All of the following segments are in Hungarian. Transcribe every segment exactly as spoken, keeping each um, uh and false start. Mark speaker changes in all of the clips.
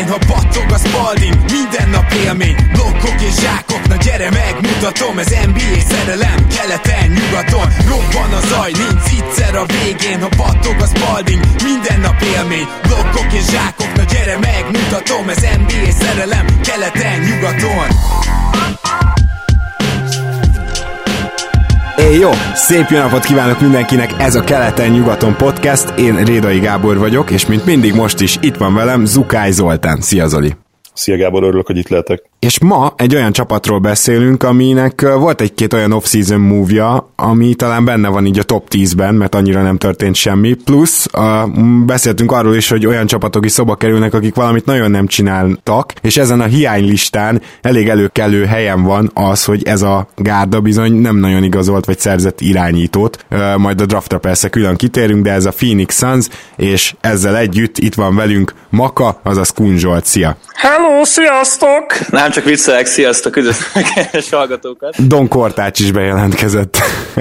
Speaker 1: végén, ha battog a Spalding, minden nap élmény, blokkok és zsákok, na gyere megmutatom, ez en bé á szerelem, keleten, nyugaton, robban a zaj, nincs egyszer a végén, ha battog a Spalding, minden nap élmény, blokkok és zsákok, na gyere megmutatom, ez en bé á szerelem, keleten, nyugaton.
Speaker 2: Éj, jó! Szép jó napot kívánok mindenkinek, ez a Keleten-nyugaton podcast, én Rédai Gábor vagyok, és mint mindig most is itt van velem Zukály Zoltán. Szia Zoli!
Speaker 3: Szia Gábor, örülök, hogy itt lehetek.
Speaker 2: És ma egy olyan csapatról beszélünk, aminek volt egy-két olyan off-season move-ja, ami talán benne van így a top tízben, mert annyira nem történt semmi. Plusz a, beszéltünk arról is, hogy olyan csapatok is szóba kerülnek, akik valamit nagyon nem csináltak, és ezen a hiánylistán elég előkelő helyen van az, hogy ez a gárda bizony nem nagyon igazolt vagy szerzett irányítót. Majd a draftra persze külön kitérünk, de ez a Phoenix Suns, és ezzel együtt itt van velünk Maka, azaz Kun Zsolt. Szia!
Speaker 4: Hello, sziasztok! Nem csak viccelek, sziasztok, üdvözlök kedves hallgatókat!
Speaker 2: Don Kortács is bejelentkezett.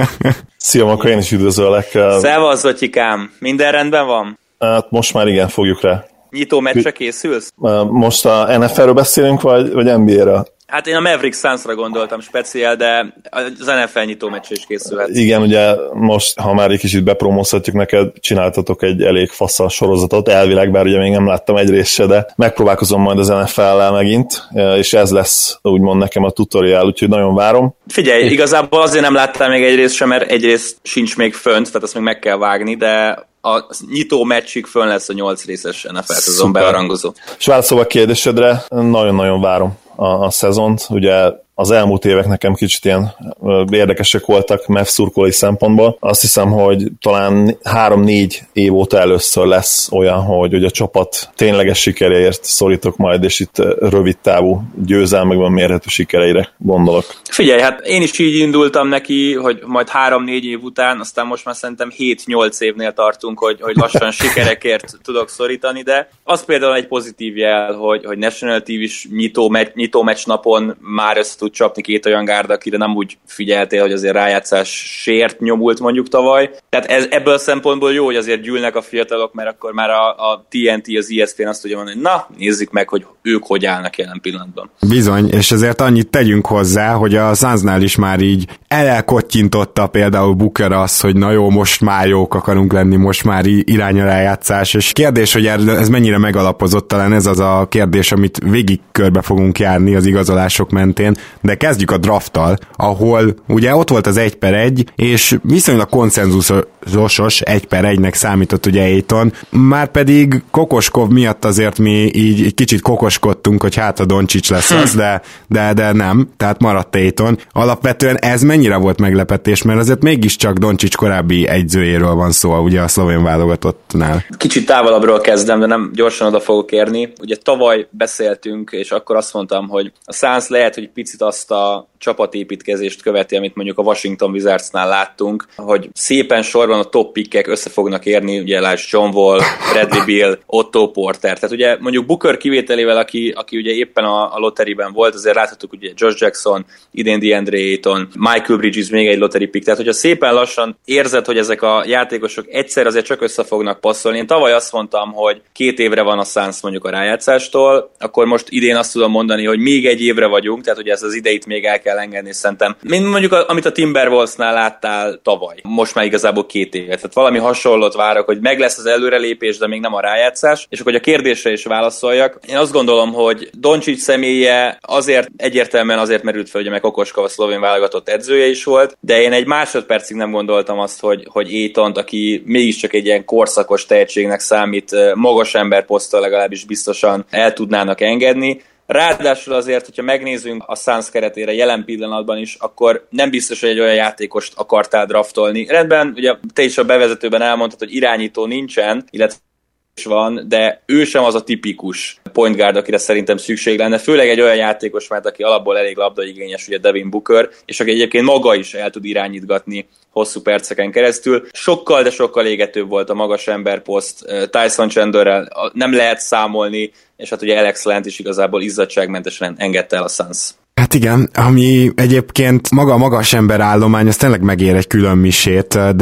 Speaker 3: Szia Maka, én is üdvözöllek.
Speaker 4: Szevasz, Vatyikám! Minden rendben van?
Speaker 3: Hát most már igen, fogjuk rá.
Speaker 4: Nyitó meccsre készülsz?
Speaker 3: Most a en ef el-ről beszélünk, vagy, vagy en bé á-ről?
Speaker 4: Hát én a Mavericks Sunsra gondoltam speciál, de az en ef el nyitó meccsre is készülhet.
Speaker 3: Igen, ugye most, ha már egy kicsit bepromózhatjuk neked, csináltatok egy elég faszal sorozatot, elvileg, bár ugye még nem láttam egy részt se, de megpróbálkozom majd az en ef el-lel megint, és ez lesz úgymond nekem a tutorial, úgyhogy nagyon várom.
Speaker 4: Figyelj, igazából azért nem láttam még egy részt sem, mert egy rész sincs még fönt, tehát azt még meg kell vágni, de a nyitó meccsig fönn lesz a nyolc részes en ef el szezon bearangozó.
Speaker 3: És válaszolva a kérdésedre, nagyon-nagyon várom a, a szezont. Ugye az elmúlt évek nekem kicsit ilyen érdekesek voltak mev szurkolói szempontból. Azt hiszem, hogy talán három-négy év óta először lesz olyan, hogy, hogy a csapat tényleges sikereért szorítok majd, és itt rövid távú győzelmekben mérhető sikereire gondolok.
Speaker 4: Figyelj, hát én is így indultam neki, hogy majd három-négy év után, aztán most már szerintem hét-nyolc évnél tartunk, hogy, hogy lassan sikerekért tudok szorítani, de az például egy pozitív jel, hogy, hogy National té vés nyitó, meccs, nyitó meccs napon már össze tud csapni két olyan gárda, akire nem úgy figyeltél, hogy azért rájátszás sért nyomult mondjuk tavaly. Tehát ez, ebből a szempontból jó, hogy azért gyűlnek a fiatalok, mert akkor már a, a té en té, az i es pé en azt tudja mondani, hogy na, nézzük meg, hogy ők hogy állnak jelen pillanatban.
Speaker 2: Bizony, és ezért annyit tegyünk hozzá, hogy a Sunsnál is már így elkottyintotta például Booker azt, hogy na jó, most már jók akarunk lenni, most már irány a rájátszás, és kérdés, hogy ez mennyire megalapozott, talán ez az a kérdés, amit végig körbe fogunk járni az igazolások mentén, de kezdjük a drafttal, ahol ugye ott volt az egy per egy, és viszonylag konszenzusos egy per egynek számított ugye Ayton, már pedig Kokoskov miatt azért mi így egy kicsit kokoskodtunk, hogy hát a Doncic lesz az, de, de, de nem, tehát maradt Ayton. Alapvetően ez mennyire volt meglepetés, mert azért mégiscsak Doncic korábbi egyzőjéről van szó, ugye a szlovén válogatottnál.
Speaker 4: Kicsit távolabbról kezdem, de nem gyorsan oda fogok érni. Ugye tavaly beszéltünk, és akkor azt mondtam, hogy a Suns lehet, hogy picit azt a csapatépítkezést követi, amit mondjuk a Washington Wizardsnál láttunk, hogy szépen sorban a top pickek össze fognak érni, ugye lásd John Wall, Bradley Beal, Otto Porter. Tehát ugye mondjuk Booker kivételével, aki, aki ugye éppen a, a lotteryben volt, azért láthattuk ugye Josh Jackson, idén DeAndre Ayton, Michael Bridges még egy lottery pick. Tehát hogyha szépen lassan érzed, hogy ezek a játékosok egyszer azért csak össze fognak passzolni. Én tavaly azt mondtam, hogy két évre van a Suns mondjuk a rájátszástól, akkor most idén azt tudom mondani, hogy még egy évre vagyunk, tehát ugye ez az ideit még el kell engedni szerintem. Mint mondjuk, amit a Timberwolvesnál láttál tavaly. Most már igazából két évet. Tehát valami hasonlót várok, hogy meg lesz az előrelépés, de még nem a rájátszás. És akkor, hogy a kérdésre is válaszoljak. Én azt gondolom, hogy Doncic személye azért egyértelműen azért merült fel, hogy meg Kokoskov a szlovén válogatott edzője is volt, de én egy másodpercig nem gondoltam azt, hogy, hogy Aytont, aki mégiscsak egy ilyen korszakos tehetségnek számít, magas emberposzttal legalábbis biztosan el tudnának engedni. Ráadásul azért, hogyha megnézzünk a Suns keretére jelen pillanatban is, akkor nem biztos, hogy egy olyan játékost akartál draftolni. Rendben, ugye te is a bevezetőben elmondtad, hogy irányító nincsen, illetve is van, de ő sem az a tipikus point guard, akire szerintem szükség lenne, főleg egy olyan játékos, mert aki alapból elég labdaigényes, ugye Devin Booker, és aki egyébként maga is el tud irányítgatni hosszú perceken keresztül. Sokkal, de sokkal égetőbb volt a magas emberposzt, Tyson Chandlerrel nem lehet számolni, és hát ugye Alex Lant is igazából izzadságmentesen engedte el a Suns.
Speaker 2: Hát igen, ami egyébként maga a magas ember állomány, az tényleg megér egy külön misét, de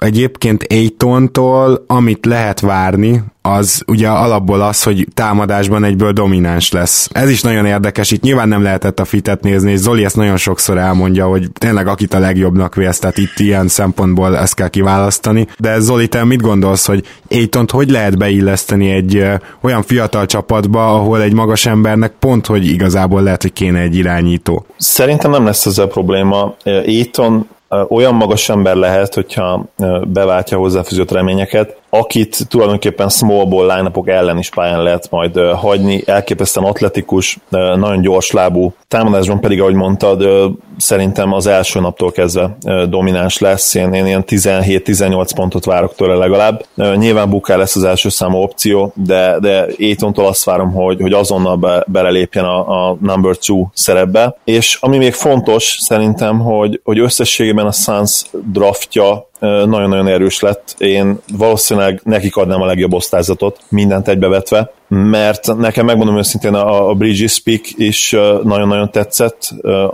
Speaker 2: egyébként Aytontól, amit lehet várni, az ugye alapból az, hogy támadásban egyből domináns lesz. Ez is nagyon érdekes, itt nyilván nem lehetett a fitet nézni, és Zoli ezt nagyon sokszor elmondja, hogy tényleg akit a legjobbnak vélsz, tehát itt ilyen szempontból ezt kell kiválasztani. De Zoli, te mit gondolsz, hogy Aytont hogy lehet beilleszteni egy ö, olyan fiatal csapatba, ahol egy magas embernek pont, hogy igazából lehet, hogy kéne egy irányító?
Speaker 3: Szerintem nem lesz ezzel probléma. Ayton olyan magas ember lehet, hogyha beváltja hozzáfűzött reményeket, akit tulajdonképpen small ball line-upok ellen is pályán lehet majd hagyni, elképesztően atletikus, nagyon gyorslábú, támadásban pedig, ahogy mondtad, szerintem az első naptól kezdve domináns lesz, én, én ilyen tizenhét-tizennyolc pontot várok tőle legalább. Nyilván Booker lesz az első számú opció, de, de Aytontól azt várom, hogy, hogy azonnal be, belelépjen a, a number two szerepbe, és ami még fontos szerintem, hogy, hogy összességében a Suns draftja nagyon-nagyon erős lett. Én valószínűleg nekik adnám a legjobb osztályzatot, mindent egybevetve, mert nekem megmondom őszintén a, a Bridges pick is nagyon-nagyon tetszett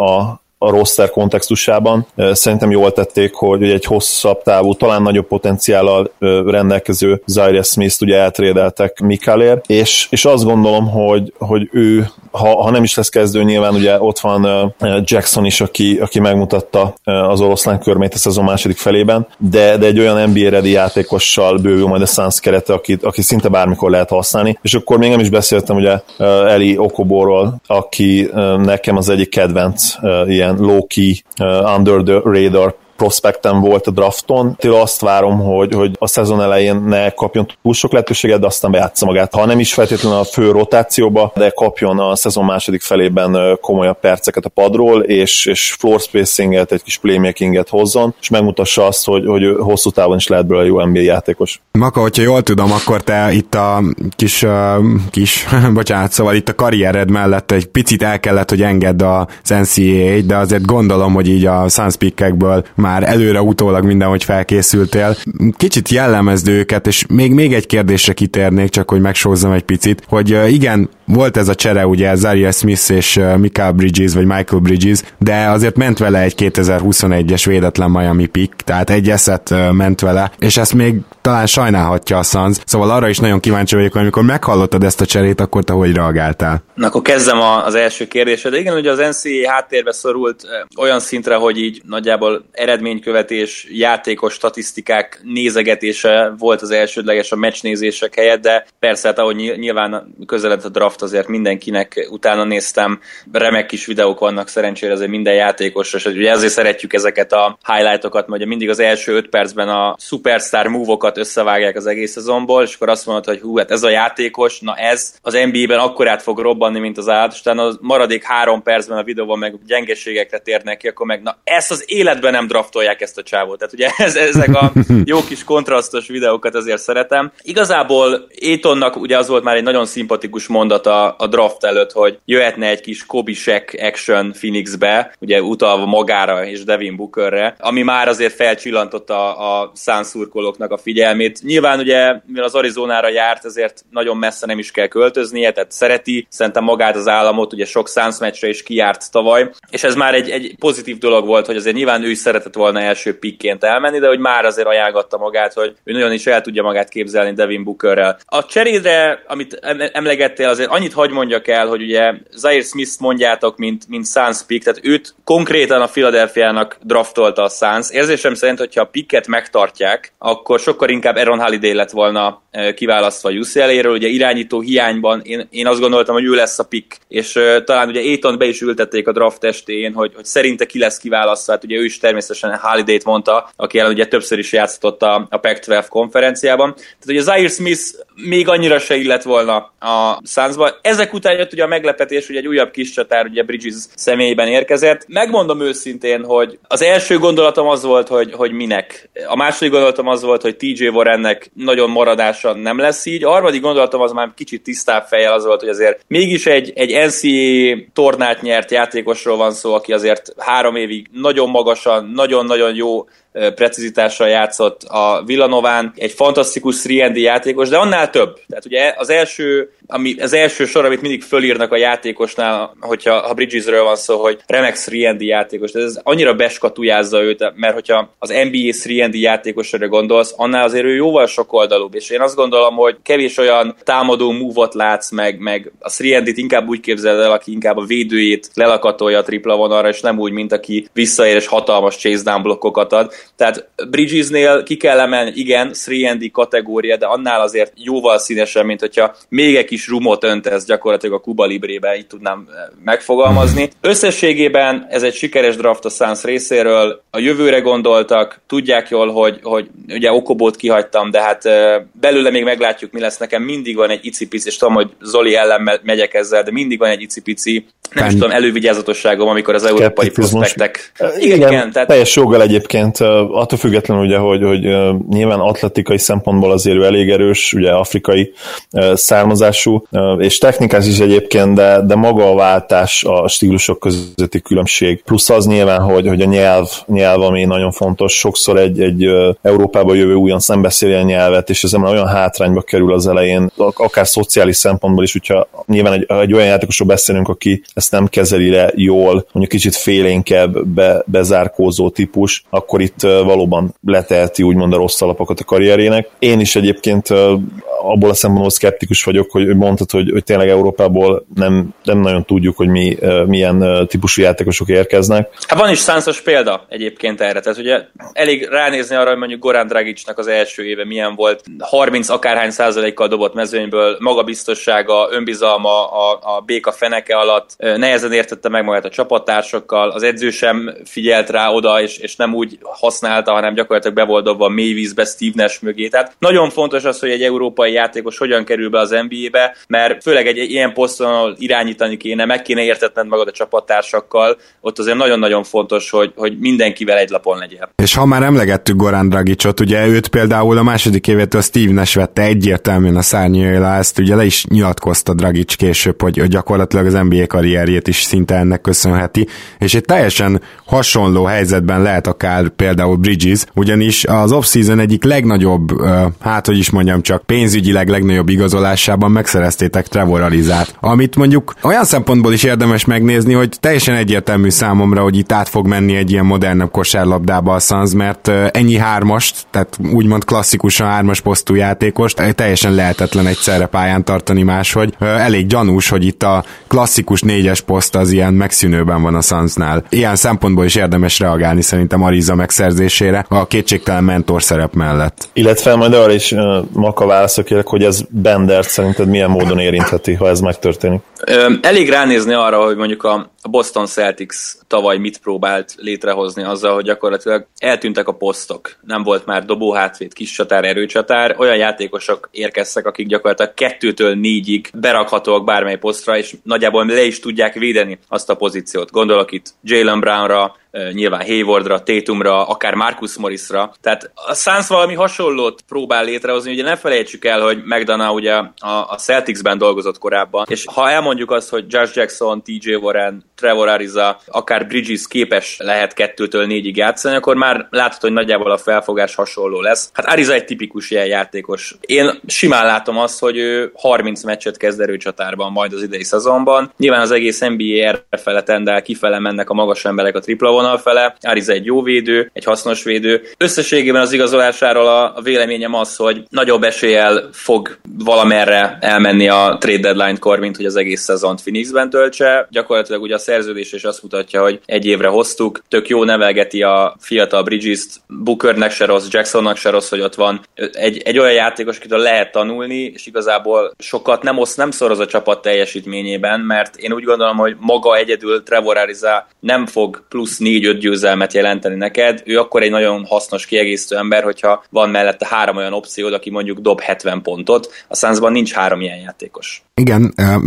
Speaker 3: a a roster kontextusában. Szerintem jól tették, hogy egy hosszabb távú, talán nagyobb potenciállal rendelkező Zhaire Smith-t ugye eltrédeltek Mikalért, és, és azt gondolom, hogy, hogy ő, ha, ha nem is lesz kezdő, nyilván ugye ott van Jackson is, aki, aki megmutatta az oroszlán körmét a szezon második felében, de, de egy olyan en bé á ready játékossal bővül majd a Suns kerete, aki, aki szinte bármikor lehet használni, és akkor még nem is beszéltem ugye Eli Okoborról, aki nekem az egyik kedvenc ilyen low-key, uh, under the radar prospektem volt a drafton. Tényleg azt várom, hogy, hogy a szezon elején ne kapjon túl sok lehetőséget, de aztán bejátsza magát. Ha nem is feltétlenül a fő rotációba, de kapjon a szezon második felében komolyabb perceket a padról, és, és floor spacinget, egy kis playmakinget hozzon, és megmutassa azt, hogy, hogy hosszú távon is lehet belőle jó en bé á játékos.
Speaker 2: Maka, hogyha jól tudom, akkor te itt a kis, uh, kis bocsánat, szóval itt a karriered mellett egy picit el kellett, hogy engedd az en cé á á-t, de azért gondolom, hogy így a Suns pickekből már előre utólag mindenhogy felkészültél. Kicsit jellemezd őket, és még, még egy kérdésre kitérnék, csak hogy megsózzam egy picit, hogy igen, volt ez a csere, ugye Zhaire Smith és Mikal Bridges, vagy Michael Bridges, de azért ment vele egy kétezer-huszonegyes védetlen Miami pick, tehát egy eszet ment vele, és ezt még talán sajnálhatja a Suns, szóval arra is nagyon kíváncsi vagyok, hogy amikor meghallottad ezt a cserét, akkor te hogy reagáltál?
Speaker 4: Na, akkor kezdem a, az első kérdésed. Igen, ugye az en cé á á háttérbe szorult olyan szintre, hogy így nagyjából eredménykövetés, játékos statisztikák nézegetése volt az elsődleges a meccsnézések helyett, de persze, hát ahogy nyilván közelebb a draft, azért mindenkinek utána néztem, remek kis videók vannak szerencsére azért minden játékos, és ugye ezért szeretjük ezeket a highlightokat, mert mindig az első öt percben a superstar move-okat összevágják az egész szezonból, és akkor azt mondod, hogy hú, hát ez a játékos, na ez az en bé á-ben akkorát fog robbanni, mint az állat, és utána a maradék három percben a videóban meg gyengeségekre térnek ki, akkor meg na ezt az életben nem draftolják ezt a csávót. Tehát ugye ez, ezek a jó kis kontrasztos videókat azért szeretem. Igazából Aytonnak ugye az volt már egy nagyon szimpatikus mondat a, a draft előtt, hogy jöhetne egy kis Kobe Shaq action Phoenixbe, ugye utalva magára és Devin Bookerre, ami már azért felcsillantotta a Suns szurkolóknak a figyelmét. Nyilván ugye, mivel az Arizonára járt, ezért nagyon messze nem is kell költöznie, tehát szereti, szerintem magát az államot, ugye sok Suns meccsre is kijárt tavaly, és ez már egy, egy pozitív dolog volt, hogy azért nyilván ő is szeretett volna első pickként elmenni, de hogy már azért ajánlgatta magát, hogy ő nagyon is el tudja magát képzelni Devin Bookerrel. A cserédre, amit emlegettél, azért annyit hagy mondjak el, hogy ugye Zhaire Smith-t mondjátok, mint, mint Suns pick, tehát őt konkrétan a Philadelphiának draftolta a Suns. Érzésem szerint, hogyha a picket megtartják, akkor sokkal inkább Aaron Holiday lett volna kiválasztva a u cé el á-ről, ugye irányító hiányban én, én azt gondoltam, hogy ő lesz a pick, és uh, talán ugye Aytont be is ültették a draft estéjén, hogy, hogy szerinte ki lesz kiválasztva, hát ugye ő is természetesen Holiday-t mondta, aki ellen ugye többször is játszott a, a Pac tizenkettő konferenciában. Tehát ugye Zhaire Smith még annyira se illett volna a Sunsba. Ezek után jött ugye a meglepetés, hogy egy újabb kis csatár ugye Bridges személyében érkezett. Megmondom őszintén, hogy az első gondolatom az volt, hogy, hogy minek. A második gondolatom az volt, hogy té jé Warrennek nagyon maradása nem lesz így. A harmadik gondolatom az már kicsit tisztább fejjel az volt, hogy azért mégis egy, egy en cé á á tornát nyert játékosról van szó, aki azért három évig nagyon magasan, nagyon-nagyon jó precizitással játszott a Villanován, egy fantasztikus három and D játékos, de annál több. Tehát ugye az első, ami, az első sor, amit mindig fölírnak a játékosnál, hogyha ha Bridgesről van szó, hogy remek három and D játékos, de ez annyira beskatujázza őt, mert hogyha az en bé á három and D játékosra gondolsz, annál azért ő jóval sokoldalúbb, és én azt gondolom, hogy kevés olyan támadó move-ot látsz meg, meg a három and D-t inkább úgy képzeled el, aki inkább a védőjét lelakatolja a tripla vonalra, és nem úgy, mint aki visszaér és hatalmas chase down blokkokat ad. Tehát Bridgesnél ki kell emelni, igen, három and D kategória, de annál azért jóval színesebb, mint hogyha még egy kis rumot öntesz gyakorlatilag a Cuba Librében, így tudnám megfogalmazni. Összességében ez egy sikeres draft a Suns részéről, a jövőre gondoltak, tudják jól, hogy, hogy ugye Okobót kihagytam, de hát belőle még meglátjuk, mi lesz. Nekem mindig van egy icipici, és tudom, hogy Zoli ellen megyek ezzel, de mindig van egy icipici, nem is tudom, elővigyázatosságom, amikor az európai prospektek...
Speaker 3: Igen, igen, tehát... teljes joggal egyébként, attól függetlenül ugye, hogy, hogy nyilván atletikai szempontból azért ő elég erős, ugye afrikai származású, és technikás is egyébként, de, de maga a váltás, a stílusok közötti különbség. Plusz az nyilván, hogy, hogy a nyelv, nyelv, ami nagyon fontos, sokszor egy, egy Európába jövő újonc nem beszéli a nyelvet, és ez olyan hátrányba kerül az elején, akár szociális szempontból is, hogyha nyilván egy, egy olyan játékosról beszélünk, aki ezt nem kezeli le jól, mondjuk kicsit félénkebb, be, bezárkózó típus, akkor itt valóban leteheti úgymond a rossz alapokat a karrierjének. Én is egyébként abból a szempontból szkeptikus vagyok, hogy mondtad, hogy, hogy tényleg Európából nem, nem nagyon tudjuk, hogy mi, milyen típusú játékosok érkeznek.
Speaker 4: Hát van is szánszos példa egyébként erre, tehát ugye elég ránézni arra, hogy mondjuk Goran Dragicnak az első éve milyen volt, harminc akárhány százalékkal dobott mezőnyből, magabiztossága, önbizalma a, a béka feneke alatt, nehezen értette meg magát a csapattársakkal, az edző sem figyelt rá oda, és, és nem úgy használta, hanem gyakorlatilag be volt dobva a mély vízbe Steve Nash mögé. Tehát nagyon fontos az, hogy egy európai játékos hogyan kerül be az en bé á-be, mert főleg egy, egy ilyen poszton, ahol irányítani kéne, meg kéne értetned magad a csapattársakkal, ott azért nagyon-nagyon fontos, hogy, hogy mindenkivel egy lapon legyél.
Speaker 2: És ha már emlegettük Goran Dragicot, ugye őt például a második évétől Steve Nash vette egyértelműen a szárnyai alá, ezt ugye le is nyilatkozta Dragic később, hogy, hogy gyakorlatilag az en bé á karrierjét is szinte ennek köszönheti, és egy teljesen hasonló helyzetben lehet akár például Bridges, ugyanis az off-season egyik legnagyobb, hát hogy is mondjam csak, pénzügyileg legnagyobb igazolásában megszereztétek Trevor Arizát, amit mondjuk olyan szempontból is érdemes megnézni, hogy teljesen egyértelmű számomra, hogy itt át fog menni egy ilyen modernebb kosárlabdába a Suns, mert ennyi hármast, tehát úgymond klasszikusan hármas posztú játékost teljesen lehetetlen egyszerre pályán tartani máshogy. Elég gyanús, hogy itt a klasszikus négyes poszt az ilyen megszűnőben van a Sunsnál. Ilyen szempontból is érdemes reagálni szerintem Ariza megszerzésére a kétségtelen mentor szerep mellett.
Speaker 3: Illetve majd arra is uh, maka válaszok kérek, hogy ez Bendert szerinted milyen módon érintheti, ha ez megtörténik?
Speaker 4: Elég ránézni arra, hogy mondjuk a Boston Celtics tavaly mit próbált létrehozni azzal, hogy gyakorlatilag eltűntek a posztok. Nem volt már dobó hátvéd, kis csatár, erőcsatár. Olyan játékosok érkeztek, akik gyakorlatilag kettőtől négyig berakhatóak bármely posztra, és nagyjából le is tudják védeni azt a pozíciót. Gondolok itt Jaylen Brownra, nyilván Haywardra, Tatumra, akár Marcus Morrisra. Tehát a Suns valami hasonlót próbál létrehozni, ugye ne felejtsük el, hogy McDonough ugye a Celticsben dolgozott korábban, és ha elmondjuk azt, hogy Josh Jackson, té jé Warren, Trevor Ariza, akár Bridges képes lehet kettőtől négyig játszani, akkor már látható, hogy nagyjából a felfogás hasonló lesz. Hát Ariza egy tipikus ilyen játékos. Én simán látom azt, hogy ő harminc meccset kezd erőcsatárban majd az idei szezonban. Nyilván az egész en bé á erre fele tendál, kifele mennek a magas emberek a tripla vonal fele. Ariza egy jó védő, egy hasznos védő. Összességében az igazolásáról a véleményem az, hogy nagyobb eséllyel fog valamerre elmenni a trade deadline-kor, mint hogy az egész szezont Phoenixben töltse. Gyakorlatilag ugye a szerződés is azt mutatja, hogy egy évre hoztuk. Tök jó nevelgeti a fiatal Bridges-t, Bookernek se rossz, Jacksonnak se rossz, hogy ott van. Egy, egy olyan játékos, akitől lehet tanulni, és igazából sokat nem osz, nem szoroz a csapat teljesítményében, mert én úgy gondolom, hogy maga egyedül Trevor Ariza nem fog plusz négy-öt győzelmet jelenteni neked. Ő akkor egy nagyon hasznos kiegészítő ember, hogyha van mellette három olyan opciód, aki mondjuk dob hetven pontot. A Sunsban nincs három ilyen játékos.
Speaker 2: Igen, viszont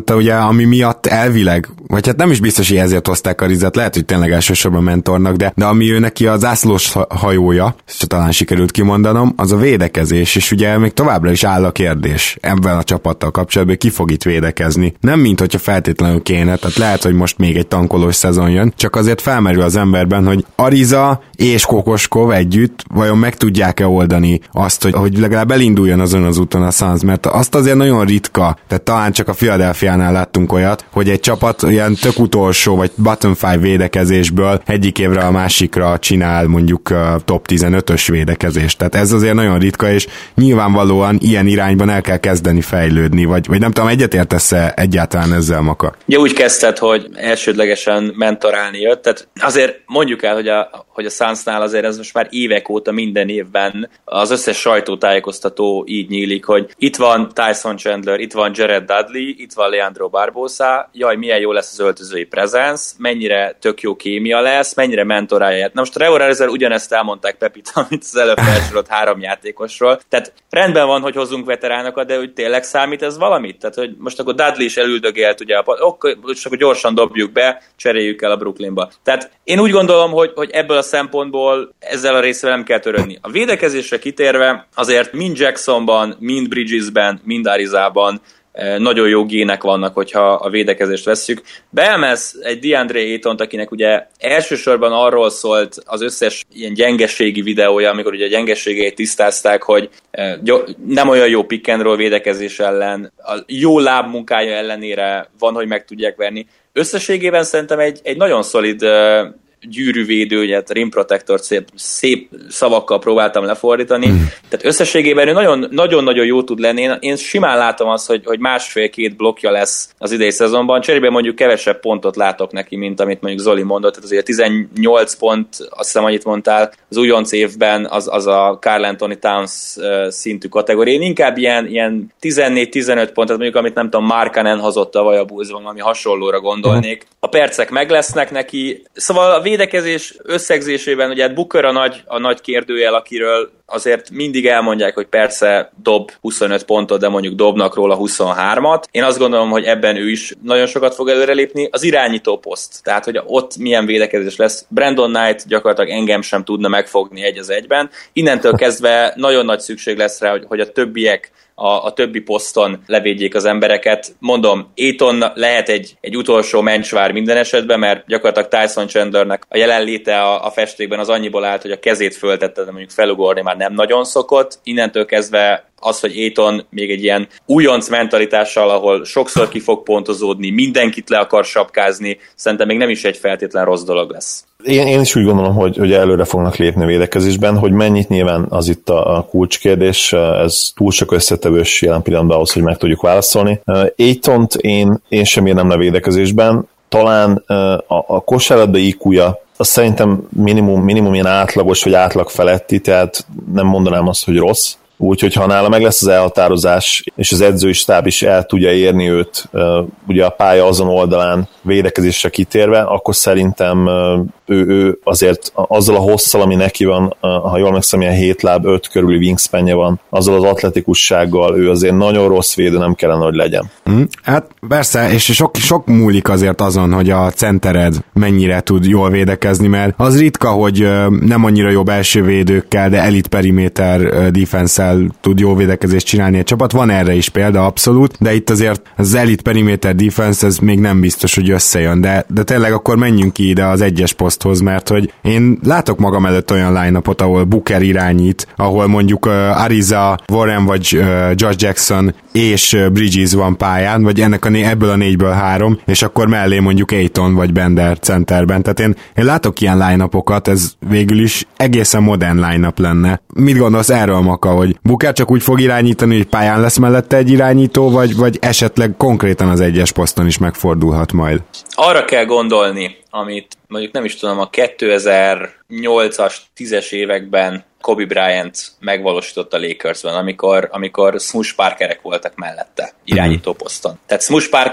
Speaker 2: viszont ugye ami miatt elvileg, vagy hát nem is biztos, hogy ezért hozták Arizát, lehet, hogy tényleg elsősorban mentornak, de, de ami ő neki a zászlós hajója, és talán sikerült kimondanom, az a védekezés, és ugye még továbbra is áll a kérdés ebben a csapattal kapcsolatban, ki fog itt védekezni. Nem mint hogyha feltétlenül kéne, tehát lehet, hogy most még egy tankolós szezon jön, csak azért felmerül az emberben, hogy Ariza és Kokoskov együtt vajon meg tudják-e oldani azt, hogy, hogy legalább elinduljon azon az úton a Suns, mert azt azért nagyon ritka, tehát talán csak a Philadelphiánál láttunk olyat, hogy egy csapat ilyen tök utolsó, vagy bottom five védekezésből egyik évre a másikra csinál mondjuk uh, top tizenötös védekezést. Tehát ez azért nagyon ritka, és nyilvánvalóan ilyen irányban el kell kezdeni fejlődni, vagy, vagy nem tudom, egyetértesz-e egyáltalán ezzel, Maka?
Speaker 4: Ja, úgy kezdted, hogy elsődlegesen mentorálni jött, tehát azért mondjuk el, hogy a, hogy a Sunsnál azért ez most már évek óta minden évben az összes sajtótájékoztató így nyílik, hogy itt van Tyson Chandler, itt van Jared Dudley, itt van Leandro Barbosa, jaj, milyen jó lesz az öltözői presence, mennyire tök jó kémia lesz, mennyire mentorálja. Na most Trevor Ariza ugyanezt elmondták Pepit, amit az előbb felsorolt három játékosról. Tehát rendben van, hogy hozunk veteránokat, de hogy tényleg számít ez valamit? Tehát, hogy most akkor Dudley is elüldögélt, ugye, ok, most akkor gyorsan dobjuk be, cseréljük el a Brooklynba. Tehát én úgy gondolom, hogy, hogy ebből a szempontból ezzel a részvel nem kell törődni. A védekezésre kitérve azért mind Jacksonban, mind Bridgesben, mind Arizában nagyon jó gének vannak, hogyha a védekezést vesszük. Beemelsz egy DeAndre Aytont, akinek ugye elsősorban arról szólt az összes ilyen gyengeségi videója, amikor ugye a gyengeségeit tisztázták, hogy nem olyan jó pick and roll védekezés ellen, a jó lábmunkája ellenére van, hogy meg tudják verni. Összességében szerintem egy, egy nagyon szolid gyűrűvédő, ugye rim protector szép, szép szavakkal próbáltam lefordítani. Mm. Tehát összességében ő nagyon, nagyon-nagyon jó tud lenni. Én, én simán látom azt, hogy, hogy másfél-két blokkja lesz az idei szezonban. Cserébe mondjuk kevesebb pontot látok neki, mint amit mondjuk Zoli mondott. Tehát azért tizennyolc pont, azt hiszem, annyit mondtál, az újonc évben az, az a Karl Anthony Towns szintű kategória. Én inkább ilyen, ilyen tizennégy-tizenöt pont, tehát mondjuk amit nem tudom, Markkanen hozott tavaly a Bullsban, ami hasonlóra gondolnék. A percek meg lesznek neki. Szóval a védekezés összegzésében ugye Booker a nagy, a nagy kérdőjel, akiről azért mindig elmondják, hogy persze dob huszonöt pontot, de mondjuk dobnak róla huszonhármat. Én azt gondolom, hogy ebben ő is nagyon sokat fog előrelépni. Az irányító poszt, tehát hogy ott milyen védekezés lesz. Brandon Knight gyakorlatilag engem sem tudna megfogni egy az egyben. Innentől kezdve nagyon nagy szükség lesz rá, hogy, hogy a többiek A, a többi poszton levédjék az embereket. Mondom, Ayton lehet egy, egy utolsó mencsvár minden esetben, mert gyakorlatilag Tyson Chandlernek a jelenléte a, a festékben az annyiból állt, hogy a kezét föltette, de mondjuk felugorni már nem nagyon szokott. Innentől kezdve az, hogy Ayton még egy ilyen újonc mentalitással, ahol sokszor ki fog pontozódni, mindenkit le akar sapkázni, szerintem még nem is egy feltétlen rossz dolog lesz.
Speaker 3: Én, én is úgy gondolom, hogy, hogy előre fognak lépni a védekezésben, hogy mennyit nyilván az itt a, a kulcskérdés, ez túl sok összetevős jelen pillanatban ahhoz, hogy meg tudjuk válaszolni. Aytont én, én sem érnem le védekezésben, talán a, a kosárlabda í kúja az szerintem minimum, minimum ilyen átlagos vagy átlag feletti, tehát nem mondanám azt, hogy rossz. Úgyhogy ha nála meg lesz az elhatározás, és az edzői stáb is el tudja érni őt, ugye a pálya azon oldalán védekezésre kitérve, akkor szerintem ő, ő azért azzal a hosszal, ami neki van, ha jól megszem, ilyen hét láb, öt körüli wingspanje van, azzal az atletikussággal ő azért nagyon rossz védő nem kellene, hogy legyen.
Speaker 2: Mm, hát persze, és sok, sok múlik azért azon, hogy a centered mennyire tud jól védekezni, mert az ritka, hogy nem annyira jó belső védőkkel, de elit periméter defense-el tud jó védekezést csinálni a csapat. Van erre is példa, abszolút, de itt azért az elit perimeter defense, ez még nem biztos, hogy összejön, de, de tényleg akkor menjünk ki ide az egyes poszthoz, mert hogy én látok magam előtt olyan line-upot, ahol Booker irányít, ahol mondjuk uh, Ariza, Warren vagy uh, Josh Jackson és uh, Bridges van pályán, vagy ennek a né- ebből a négyből három, és akkor mellé mondjuk Ayton vagy Bender centerben. Tehát én, én látok ilyen line-upokat, ez végül is egészen modern line-up lenne. Mit gondolsz erről, Maka, hogy Booker csak úgy fog irányítani, hogy pályán lesz mellette egy irányító, vagy, vagy esetleg konkrétan az egyes poszton is megfordulhat majd?
Speaker 4: Arra kell gondolni, amit mondjuk nem is tudom, a kétezer-nyolcas, tízes években Kobe Bryant megvalósított a Lakersben, amikor, amikor Smush Parkerek voltak mellette, irányító poszton. Tehát Smush Parker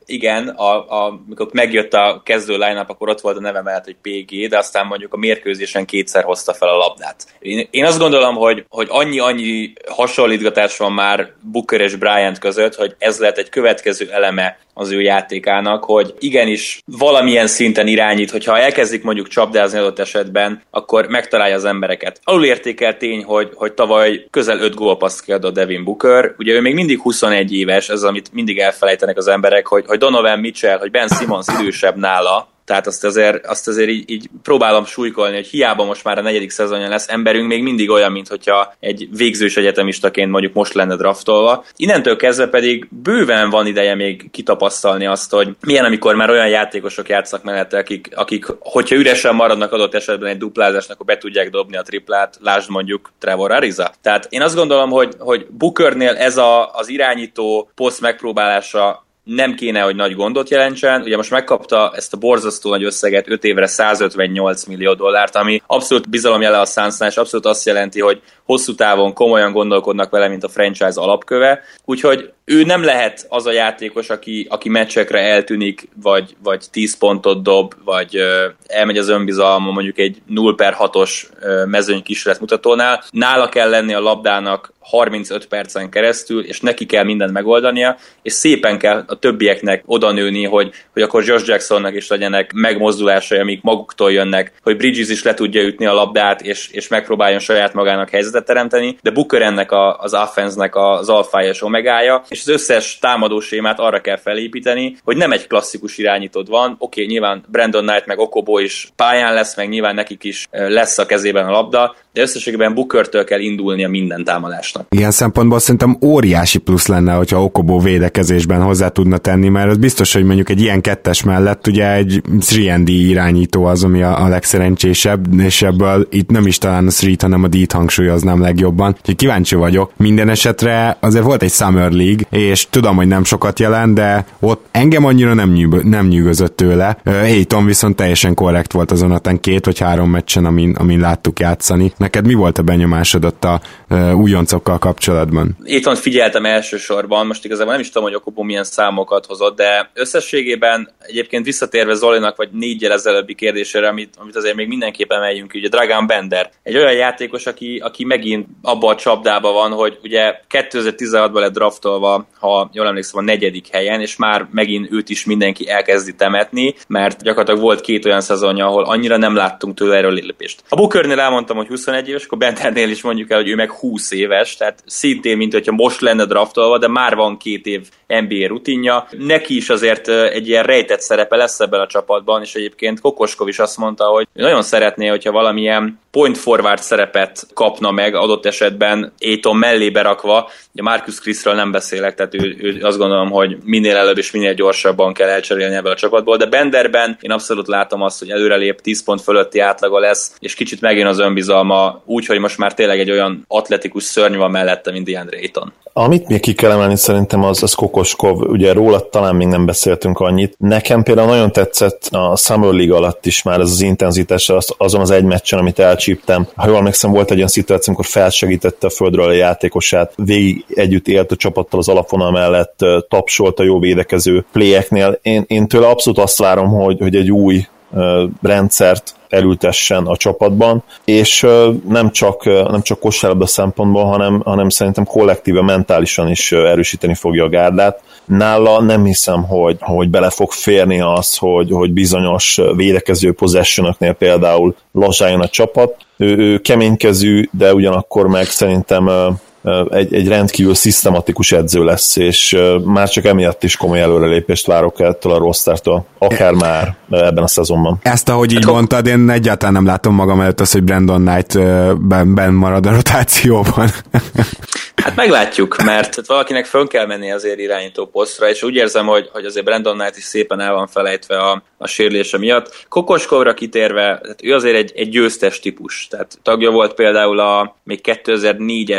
Speaker 4: igen, a, a, amikor megjött a kezdő line-up, akkor ott volt a neve mellett, hogy pé gé, de aztán mondjuk a mérkőzésen kétszer hozta fel a labdát. Én, én azt gondolom, hogy, hogy annyi-annyi hasonlítgatás van már Booker és Bryant között, hogy ez lehet egy következő eleme az ő játékának, hogy igenis valamilyen szinten irányít, hogyha elkezdik mondjuk csapdázni adott esetben, akkor megtalálja az embereket. Alulértékelt tény, hogy, hogy tavaly közel öt gólpasszt kiadott Devin Booker, ugye ő még mindig huszonegy éves, ez amit mindig elfelejtenek az emberek, hogy, hogy Donovan Mitchell, hogy Ben Simmons idősebb nála, tehát azt azért, azt azért így, így próbálom súlykolni, hogy hiába most már a negyedik szezonja lesz, emberünk még mindig olyan, mint hogyha egy végzős egyetemistaként mondjuk most lenne draftolva. Innentől kezdve pedig bőven van ideje még kitapasztalni azt, hogy milyen, amikor már olyan játékosok játsznak mellette, akik, akik hogyha üresen maradnak adott esetben egy duplázásnak, akkor be tudják dobni a triplát, lásd mondjuk Trevor Ariza. Tehát én azt gondolom, hogy, hogy Bookernél ez a, az irányító poszt megpróbálása nem kéne, hogy nagy gondot jelentsen. Ugye most megkapta ezt a borzasztó nagy összeget, öt évre százötvennyolc millió dollárt, ami abszolút bizalomjele a Sunsnál, és abszolút azt jelenti, hogy hosszú távon komolyan gondolkodnak vele, mint a franchise alapköve. Úgyhogy ő nem lehet az a játékos, aki, aki meccsekre eltűnik, vagy, vagy tíz pontot dob, vagy ö, elmegy az önbizalma mondjuk egy nulla per hatos mezőny kísérlet mutatónál. Nála kell lenni a labdának harmincöt percen keresztül, és neki kell mindent megoldania, és szépen kell a többieknek odanőni, hogy, hogy akkor Josh Jacksonnak is legyenek megmozdulásai, amik maguktól jönnek, hogy Bridges is le tudja ütni a labdát, és, és megpróbáljon saját magának helyzetet teremteni, de Booker ennek a, az offense-nek az alfája és omegája, és az összes támadó sémát arra kell felépíteni, hogy nem egy klasszikus irányítód van, oké, okay, nyilván Brandon Knight meg Okobo is pályán lesz, meg nyilván nekik is lesz a kezében a labda, de összességében Bookertől kell indulnia minden támadásnak.
Speaker 2: Ilyen szempontból szerintem óriási plusz lenne, hogyha Okobo védekezésben hozzá tudna tenni, mert az biztos, hogy mondjuk egy ilyen kettes mellett ugye egy három and D irányító az, ami a, a legszerencsésebb, és ebből itt nem is talán a három, hanem a D-t hangsúlyoznám legjobban. Úgyhogy kíváncsi vagyok. Minden esetre azért volt egy Summer League, és tudom, hogy nem sokat jelent, de ott engem annyira nem, nyűg, nem nyűgözött tőle. Ayton viszont teljesen korrekt volt azon a két vagy három meccsen, amin, amin láttuk játszani. Neked mi volt a benyomásod ott a uh, újoncokkal kapcsolatban?
Speaker 4: Aytont figyeltem elsősorban, most igazából nem is tudom, hogy Okobo milyen számokat hozott, de összességében egyébként visszatérve Zolinak vagy négyel ezelőbbi kérdésére, amit, amit azért még mindenképpen emeljünk, ugye Dragan Bender. Egy olyan játékos, aki, aki megint abban a csapdában van, hogy ugye kétezer-tizenhatban lett draftolva, ha jól emlékszem, a negyedik helyen, és már megint őt is mindenki elkezdi temetni, mert gyakorlatilag volt két olyan szezonja, ahol annyira nem láttunk tőle erről lépést. A Bookernél elmondtam, hogy huszonegy éves, akkor Bendernél is mondjuk el, hogy ő meg húsz éves, tehát szintén, mint hogyha most lenne draftolva, de már van két év en bé á rutinja. Neki is azért egy ilyen rejtett szerepe lesz ebben a csapatban, és egyébként Kokoskov is azt mondta, hogy nagyon szeretné, hogyha valamilyen point forward szerepet kapna meg adott esetben Ayton mellébe rakva. Ugye Marcus Chrisről nem beszélek, tehát ő, ő azt gondolom, hogy minél előbb és minél gyorsabban kell elcserélni ebből a csapatból, de Benderben én abszolút látom azt, hogy előrelép, tíz pont fölötti átlaga lesz, és kicsit megjön az önbizalma, úgy, hogy most már tényleg egy olyan atletikus szörny van mellette, mint DeAndre Ayton.
Speaker 3: Amit még ki kell emelni szerintem az, az Kokoskov, ugye róla talán még nem beszéltünk annyit. Nekem például nagyon tetszett a Summer League alatt is már ez az intenzitás, az, azon az egy meccsen, amit elcsíptem. Ha jól emlékszem, volt egy olyan szituáció, amikor felsegítette a földről a játékosát, végig együtt élt a csapattal az alapvonal mellett, tapsolt a jó védekező playeknél. Én, én tőle abszolút azt várom, hogy, hogy egy új uh, rendszert elültessen a csapatban, és nem csak, nem csak kosárlabda szempontból, hanem, hanem szerintem kollektíve, mentálisan is erősíteni fogja a gárdát. Nála nem hiszem, hogy, hogy bele fog férni az, hogy, hogy bizonyos védekező possessionoknél például lazsáljon a csapat. Ő, ő keménykezű, de ugyanakkor meg szerintem Egy, egy rendkívül szisztematikus edző lesz, és már csak emiatt is komoly előrelépést várok ettől a rostertől, akár már ebben a szezonban.
Speaker 2: Ezt, ahogy így mondtad, én egyáltalán nem látom magam előtt azt, hogy Brandon Knight ben, ben marad a rotációban.
Speaker 4: Hát meglátjuk, mert valakinek fönn kell menni azért irányító posztra, és úgy érzem, hogy, hogy azért Brandon Knight is szépen el van felejtve a, a sérülése miatt. Kokoskovra kitérve, tehát ő azért egy, egy győztes típus, tehát tagja volt például a még kétezer-négyes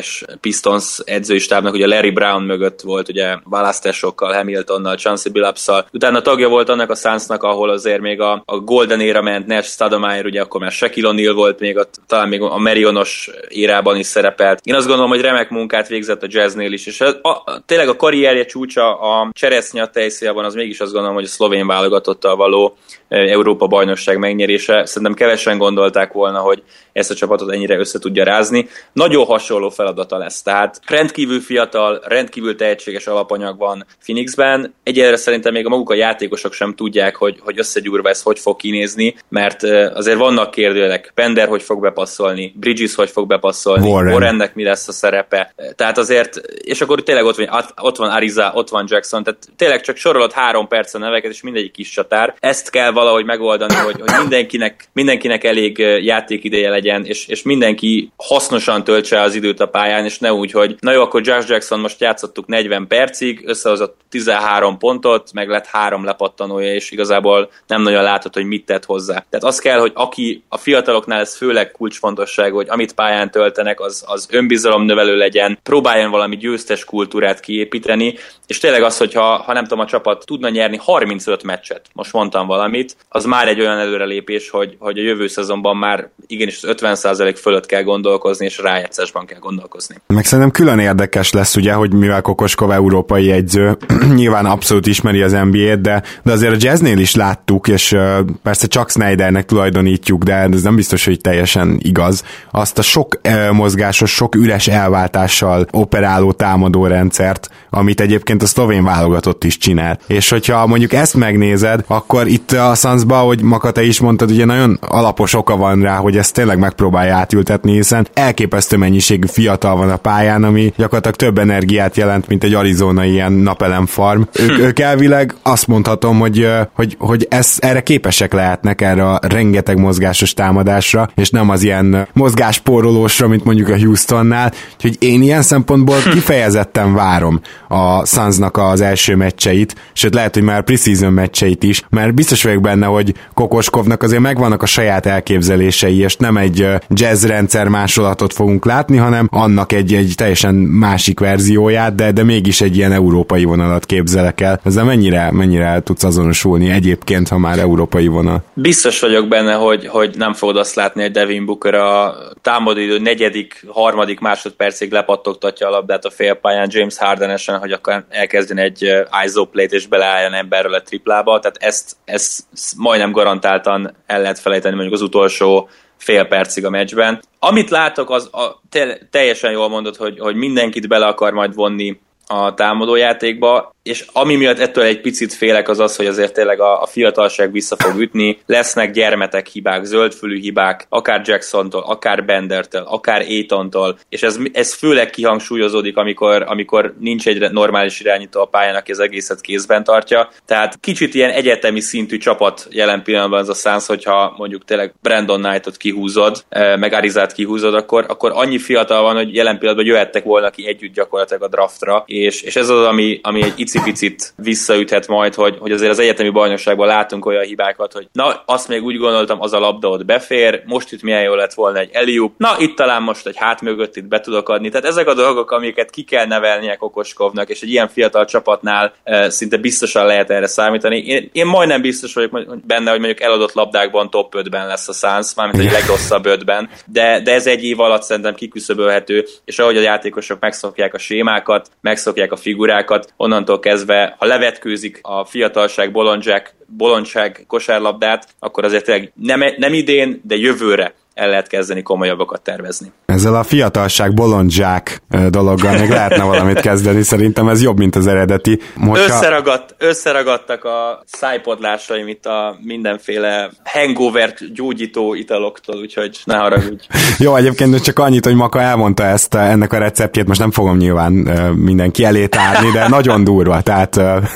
Speaker 4: Pistons edzői stábnak, ugye Larry Brown mögött volt, ugye választásokkal, Hamiltonnal, Chauncey Billupsszal. Utána tagja volt annak a Sunsnak, ahol azért még a, a Golden éra ment, Nash, Stoudemire, ugye akkor már Shaquille O'Neal volt még, a, talán még a Marionos érában is szerepelt. Én azt gondolom, hogy remek munkát végzett a Jazznél is, és a, a, tényleg a karrierje csúcsa a cseresznye a tejszélban, az mégis azt gondolom, hogy a szlovén válogatottal való Európa bajnokság megnyerése. Szerintem kevesen gondolták volna, hogy ezt a csapatot ennyire össze tudja rázni. Nagyon hasonló feladata lesz, tehát rendkívül fiatal, rendkívül tehetséges alapanyag van Phoenixben. Egyelőre szerintem még a maguk a játékosok sem tudják, hogy, hogy összegyúrva ez hogy fog kinézni, mert azért vannak kérdőjelek. Pender hogy fog bepasszolni, Bridges hogy fog bepasszolni, Warren. Warrennek mi lesz a szerepe. Tehát azért, és akkor tényleg ott van, ott van Ariza, ott van Jackson, tehát tényleg csak sorolod három perc a neveket, és mindegyik kis csatár. Ezt kell valahogy megoldani, hogy, hogy mindenkinek, mindenkinek elég játékideje legyen, és, és mindenki hasznosan töltse az időt a pályán, és ne úgy, hogy na jó, akkor Josh Jackson most játszottuk negyven percig, összehozott tizenhárom pontot, meg lett három lepattanója, és igazából nem nagyon látod, hogy mit tett hozzá. Tehát az kell, hogy aki a fiataloknál ez főleg kulcsfontosság, hogy amit pályán töltenek, az, az önbizalomnövelő legyen, próbáljon valami győztes kultúrát kiépíteni, és tényleg az, hogyha ha nem tudom, a csapat tudna nyerni harmincöt meccset, most mondtam valamit, az már egy olyan előrelépés, hogy, hogy a jövő szezonban már igenis az ötven százalék fölött kell gondolkozni, és rájátszásban kell gondolkozni.
Speaker 2: Meg szerintem külön érdekes lesz, ugye, hogy mivel Kokoskov európai edző, nyilván abszolút ismeri az en bé á-t, de, de azért a Jazznél is láttuk, és uh, persze csak Snydernek tulajdonítjuk, de ez nem biztos, hogy teljesen igaz. Azt a sok uh, mozgásos, sok üres elváltással operáló támadó rendszert, amit egyébként a szlovén válogatott is csinál. És hogyha mondjuk ezt megnézed, akkor itt a Sunsba, hogy Maka, te is mondtad, ugye nagyon alapos oka van rá, hogy ezt tényleg megpróbálja átültetni, hiszen elképesztő mennyiségű fiatal van a pályán, ami gyakorlatilag több energiát jelent, mint egy arizonai ilyen napelem farm. Ők, ők elvileg azt mondhatom, hogy, hogy, hogy ez, erre képesek lehetnek, erre a rengeteg mozgásos támadásra, és nem az ilyen mozgáspórolósra, mint mondjuk a Houstonnál. Úgyhogy én ilyen szempontból kifejezetten várom a Sunsnak az első meccseit, sőt lehet, hogy már preseason meccseit is, mert biztos vagyok benne, hogy Kokoskovnak azért megvannak a saját elképzelései, és nem egy jazz rendszer másolatot fogunk látni, hanem annak egy, egy teljesen másik verzióját, de, de mégis egy ilyen európai vonalat képzelek el. Ezzel mennyire, mennyire tudsz azonosulni egyébként, ha már európai vonal?
Speaker 4: Biztos vagyok benne, hogy, hogy nem fogod azt látni, hogy Devin Booker a támadóidő negyedik, harmadik másodpercig lepattogtatja a labdát a félpályán James Hardenesen, hogy akkor elkezdjen egy I S O play-t és beleálljon emberről a triplába, tehát ezt, ezt majdnem garantáltan el lehet felejteni mondjuk az utolsó fél percig a meccsben. Amit látok, az a, te, teljesen jól mondod, hogy, hogy mindenkit bele akar majd vonni a támadójátékba, és ami miatt ettől egy picit félek, az az, hogy azért tényleg a, a fiatalság vissza fog ütni, lesznek gyermetek hibák, zöldfülű hibák, akár Jacksontól, akár Bendertől, akár Aytontól, és ez, ez főleg kihangsúlyozódik, amikor, amikor nincs egy normális irányító a pályán, aki az egészet kézben tartja, tehát kicsit ilyen egyetemi szintű csapat jelen pillanatban ez a Suns, hogyha mondjuk tényleg Brandon Knightot kihúzod, meg Arizát kihúzod, akkor, akkor annyi fiatal van, hogy jelen pillanatban jöhettek volna ki együtt gyakorlatilag a draftra, és, és ez az, ami, ami egy icipicit visszaüthet majd, hogy, hogy azért az egyetemi bajnokságban látunk olyan hibákat, hogy na, azt még úgy gondoltam, az a labda ott befér, most itt milyen jó lett volna egy alley-oop, na, itt talán most egy hát mögött itt be tudok adni. Tehát ezek a dolgok, amiket ki kell nevelnie Kokoskovnak, és egy ilyen fiatal csapatnál e, szinte biztosan lehet erre számítani. Én, én majdnem biztos vagyok benne, hogy mondjuk eladott labdákban top ötben lesz a Suns, mármint egy legrosszabb ötben, de, de ez egy év alatt szerintem kiküszöbölhető, és ahogy a játékosok megszokják a sémákat, megszokják a figurákat, onnantól kezdve, ha levetkőzik a fiatalság, bolondság, bolondság kosárlabdát, akkor azért tényleg nem, nem idén, de jövőre el lehet kezdeni komolyabbakat tervezni.
Speaker 2: Ezzel a fiatalság bolondzsák dologgal még lehetne valamit kezdeni, szerintem ez jobb, mint az eredeti. Hogyha...
Speaker 4: Összeragadt, összeragadtak a szájpodlásaim itt a mindenféle hangovert gyógyító italoktól, úgyhogy ne haragudj.
Speaker 2: Jó, egyébként csak annyit, hogy Maka elmondta ezt, ennek a receptjét, most nem fogom nyilván mindenki elé tárni, de nagyon durva, tehát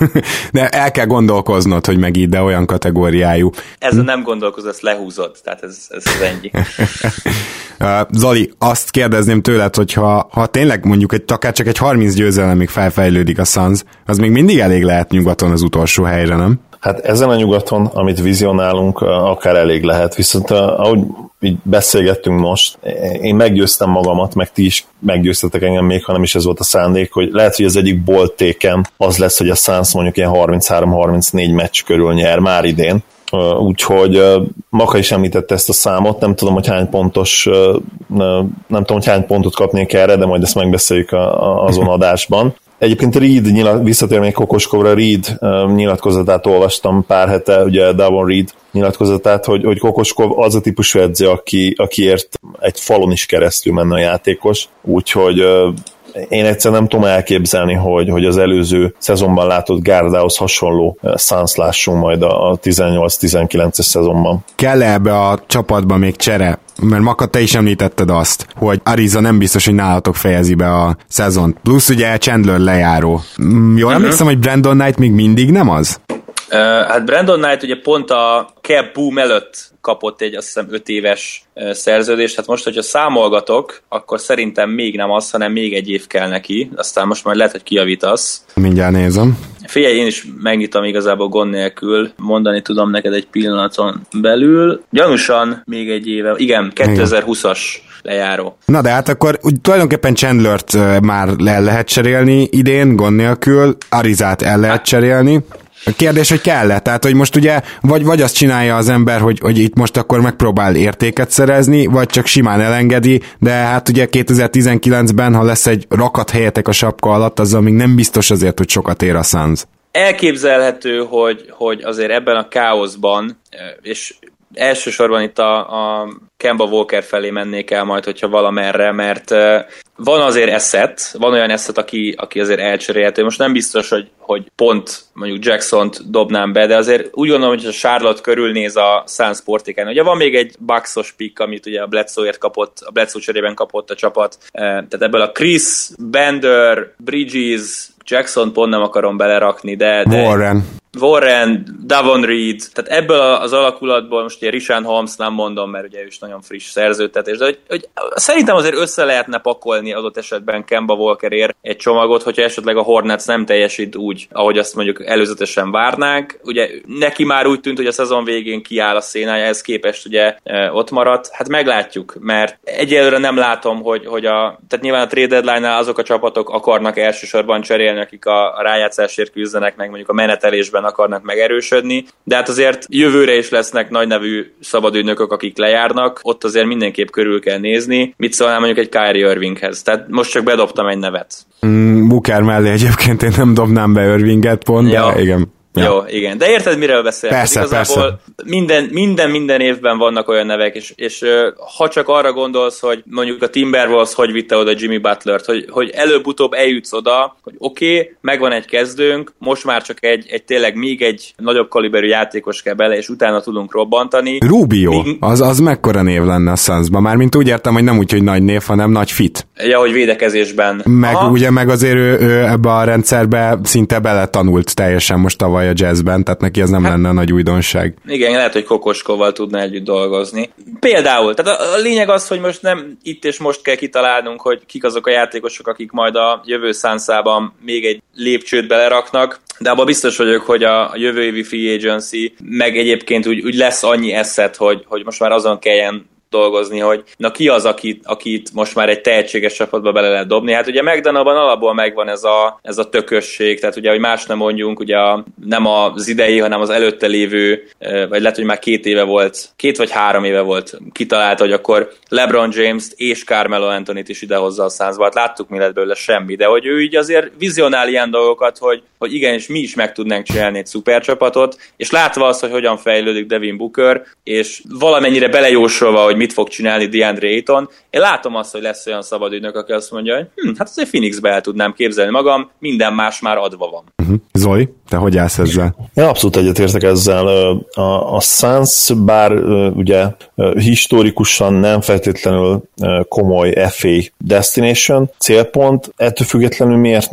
Speaker 2: de el kell gondolkoznod, hogy megíd, de olyan kategóriájú.
Speaker 4: Ez a nem gondolkozol, ezt lehúzod, tehát ez, ez az ennyi.
Speaker 2: Zoli, azt kérdezném tőled, hogy ha, ha tényleg mondjuk egy, akár csak egy harminc győzelemig felfejlődik a Suns, az még mindig elég lehet nyugaton az utolsó helyre, nem?
Speaker 3: Hát ezen a nyugaton, amit vizionálunk, akár elég lehet, viszont ahogy így beszélgettünk most, én meggyőztem magamat, meg ti is meggyőztetek engem még, ha nem is ez volt a szándék, hogy lehet, hogy az egyik bold tékem az lesz, hogy a Suns mondjuk ilyen harminchárom harmincnégy meccs körül nyer már idén. Úgyhogy Maka is említette ezt a számot, nem tudom, hogy hány pontos, nem tudom, hogy hány pontot kapnék erre, de majd ezt megbeszéljük azon adásban. Egyébként Reed, nyilat, visszatér még Kokoskovra, Reed nyilatkozatát olvastam pár hete, ugye Davon Reed nyilatkozatát, hogy, hogy Kokoskov az a típusú edző, aki, akiért egy falon is keresztül menne a játékos, úgyhogy én egyszerűen nem tudom elképzelni, hogy, hogy az előző szezonban látott Gárdához hasonló Suns lássunk majd a tizennyolc tizenkilences szezonban.
Speaker 2: Kell-e ebbe a csapatba még csere? Mert Maka, te is említetted azt, hogy Ariza nem biztos, hogy nálatok fejezi be a szezont. Plusz ugye Chandler lejáró. Jól uh-huh. emlékszem, hogy Brandon Knight még mindig nem az?
Speaker 4: Uh, hát Brandon Knight ugye pont a cap boom előtt kapott egy azt hiszem öt éves uh, szerződést, hát most, hogyha számolgatok, akkor szerintem még nem az, hanem még egy év kell neki, aztán most majd lehet, hogy kijavítasz.
Speaker 2: Mindjárt nézem.
Speaker 4: Figyelj, én is megnyitom igazából gond nélkül, mondani tudom neked egy pillanaton belül. Gyanúsan még egy éve, igen, kétezer-húszas lejáró.
Speaker 2: Na de hát akkor úgy tulajdonképpen Chandlert uh, már le lehet cserélni idén, gond nélkül, Arizát el lehet cserélni. A kérdés, hogy kell-e? Tehát, hogy most ugye vagy, vagy azt csinálja az ember, hogy, hogy itt most akkor megpróbál értéket szerezni, vagy csak simán elengedi, de hát ugye kétezer-tizenkilencben, ha lesz egy rakat helyetek a sapka alatt, azzal még nem biztos azért, hogy sokat ér a Suns.
Speaker 4: Elképzelhető, hogy, hogy azért ebben a káoszban, és elsősorban itt a, a Kemba Walker felé mennék el majd, hogyha valamerre, mert van azért asset, van olyan asset, aki, aki azért elcserélhető. Most nem biztos, hogy, hogy pont mondjuk Jacksont dobnám be, de azért úgy gondolom, hogy a Charlotte körülnéz a Suns portékán. Ugye van még egy Bucks-os pick, amit ugye a Bledsoe-ért kapott, a Bledsoe cserében kapott a csapat. Tehát ebből a Chris, Bender, Bridges, Jackson pont nem akarom belerakni, de... de
Speaker 2: Warren.
Speaker 4: Warren, Davon Reed, tehát ebből az alakulatból most ugye Richaun Holmes nem mondom, mert ugye ő is nagyon friss szerződtetés, de hogy, hogy szerintem azért össze lehetne pakolni adott esetben Kemba Walkerért egy csomagot, hogyha esetleg a Hornets nem teljesít úgy, ahogy azt mondjuk előzetesen várnánk. Ugye neki már úgy tűnt, hogy a szezon végén kiáll a szénája, ehhez képest ugye ott maradt. Hát meglátjuk, mert egyelőre nem látom, hogy, hogy a, tehát nyilván a trade deadline-nál azok a csapatok akarnak elsősorban cserélni, akik a, a rájátszásért küzdenek, meg mondjuk a menetelésben akarnak megerősödni, de hát azért jövőre is lesznek nagy nevű szabadügynökök, akik lejárnak, ott azért mindenképp körül kell nézni. Mit szólnál mondjuk egy Kyrie Irvinghez? Tehát most csak bedobtam egy nevet.
Speaker 2: Mm, Booker mellé egyébként én nem dobnám be Irvinget pont, ja. de igen. Ja.
Speaker 4: Jó, igen. De érted, miről beszélünk?
Speaker 2: Persze,
Speaker 4: Igazából
Speaker 2: persze.
Speaker 4: Minden, minden, minden évben vannak olyan nevek, és, és ha csak arra gondolsz, hogy mondjuk a Timberwolves hogy vitte oda Jimmy Butlert, hogy, hogy előbb-utóbb eljutsz oda, hogy oké, okay, megvan egy kezdőnk, most már csak egy, egy tényleg még egy nagyobb kaliberű játékos kell bele, és utána tudunk robbantani.
Speaker 2: Rubio,
Speaker 4: még...
Speaker 2: az, az mekkora név lenne a Sunsban? Mármint úgy értem, hogy nem úgy, hogy nagy név, hanem nagy fit.
Speaker 4: Ja, hogy védekezésben.
Speaker 2: Meg Aha. ugye meg azért ő, ő ebbe a rendszerbe szinte beletanult teljesen most tavaly a Jazzben, tehát neki ez nem hát, lenne nagy újdonság.
Speaker 4: Igen, lehet, hogy Kokoskóval tudna együtt dolgozni. Például, tehát a, a lényeg az, hogy most nem itt és most kell kitalálnunk, hogy kik azok a játékosok, akik majd a jövő Sunszában még egy lépcsőt beleraknak, de abban biztos vagyok, hogy a, a jövő évi free agency meg egyébként úgy, úgy lesz annyi asset, hogy, hogy most már azon kelljen dolgozni, hogy na ki az, akit, akit most már egy tehetséges csapatba bele lehet dobni. Hát ugye McDonaldban alapból megvan ez a, ez a tökösség, tehát ugye, hogy más nem mondjunk, ugye a, nem az idei, hanem az előtte lévő, vagy lehet, hogy már két éve volt, két vagy három éve volt kitalálta, hogy akkor LeBron James-t és Carmelo Anthony-t is idehozza a Sunsba. Hát láttuk, mi lett belőle, semmi, de hogy ő így azért vizionál ilyen dolgokat, hogy, hogy igenis mi is meg tudnánk csinálni egy szupercsapatot, és látva azt, hogy hogyan fejlődik Devin Booker, és valamennyire belejósolva, hogy mit fog csinálni DeAndre Ayton. Én látom azt, hogy lesz olyan szabadügynök, aki azt mondja, hogy hm, hát azért Phoenixbe el tudnám képzelni magam, minden más már adva van.
Speaker 2: Uh-huh. Zoli, te hogy állsz ezzel?
Speaker 3: Én abszolút egyetértek ezzel. A, a Suns bár ugye historikusan nem feltétlenül komoly ef á destination, célpont, ettől függetlenül miért ne?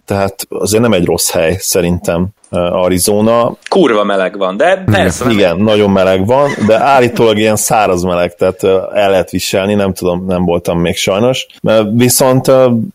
Speaker 3: tehát azért nem egy rossz hely szerintem Arizona.
Speaker 4: Kurva meleg van, de persze.
Speaker 3: Igen, meleg. Nagyon meleg van, de állítólag ilyen száraz meleg, tehát el lehet viselni, nem tudom, nem voltam még sajnos. Viszont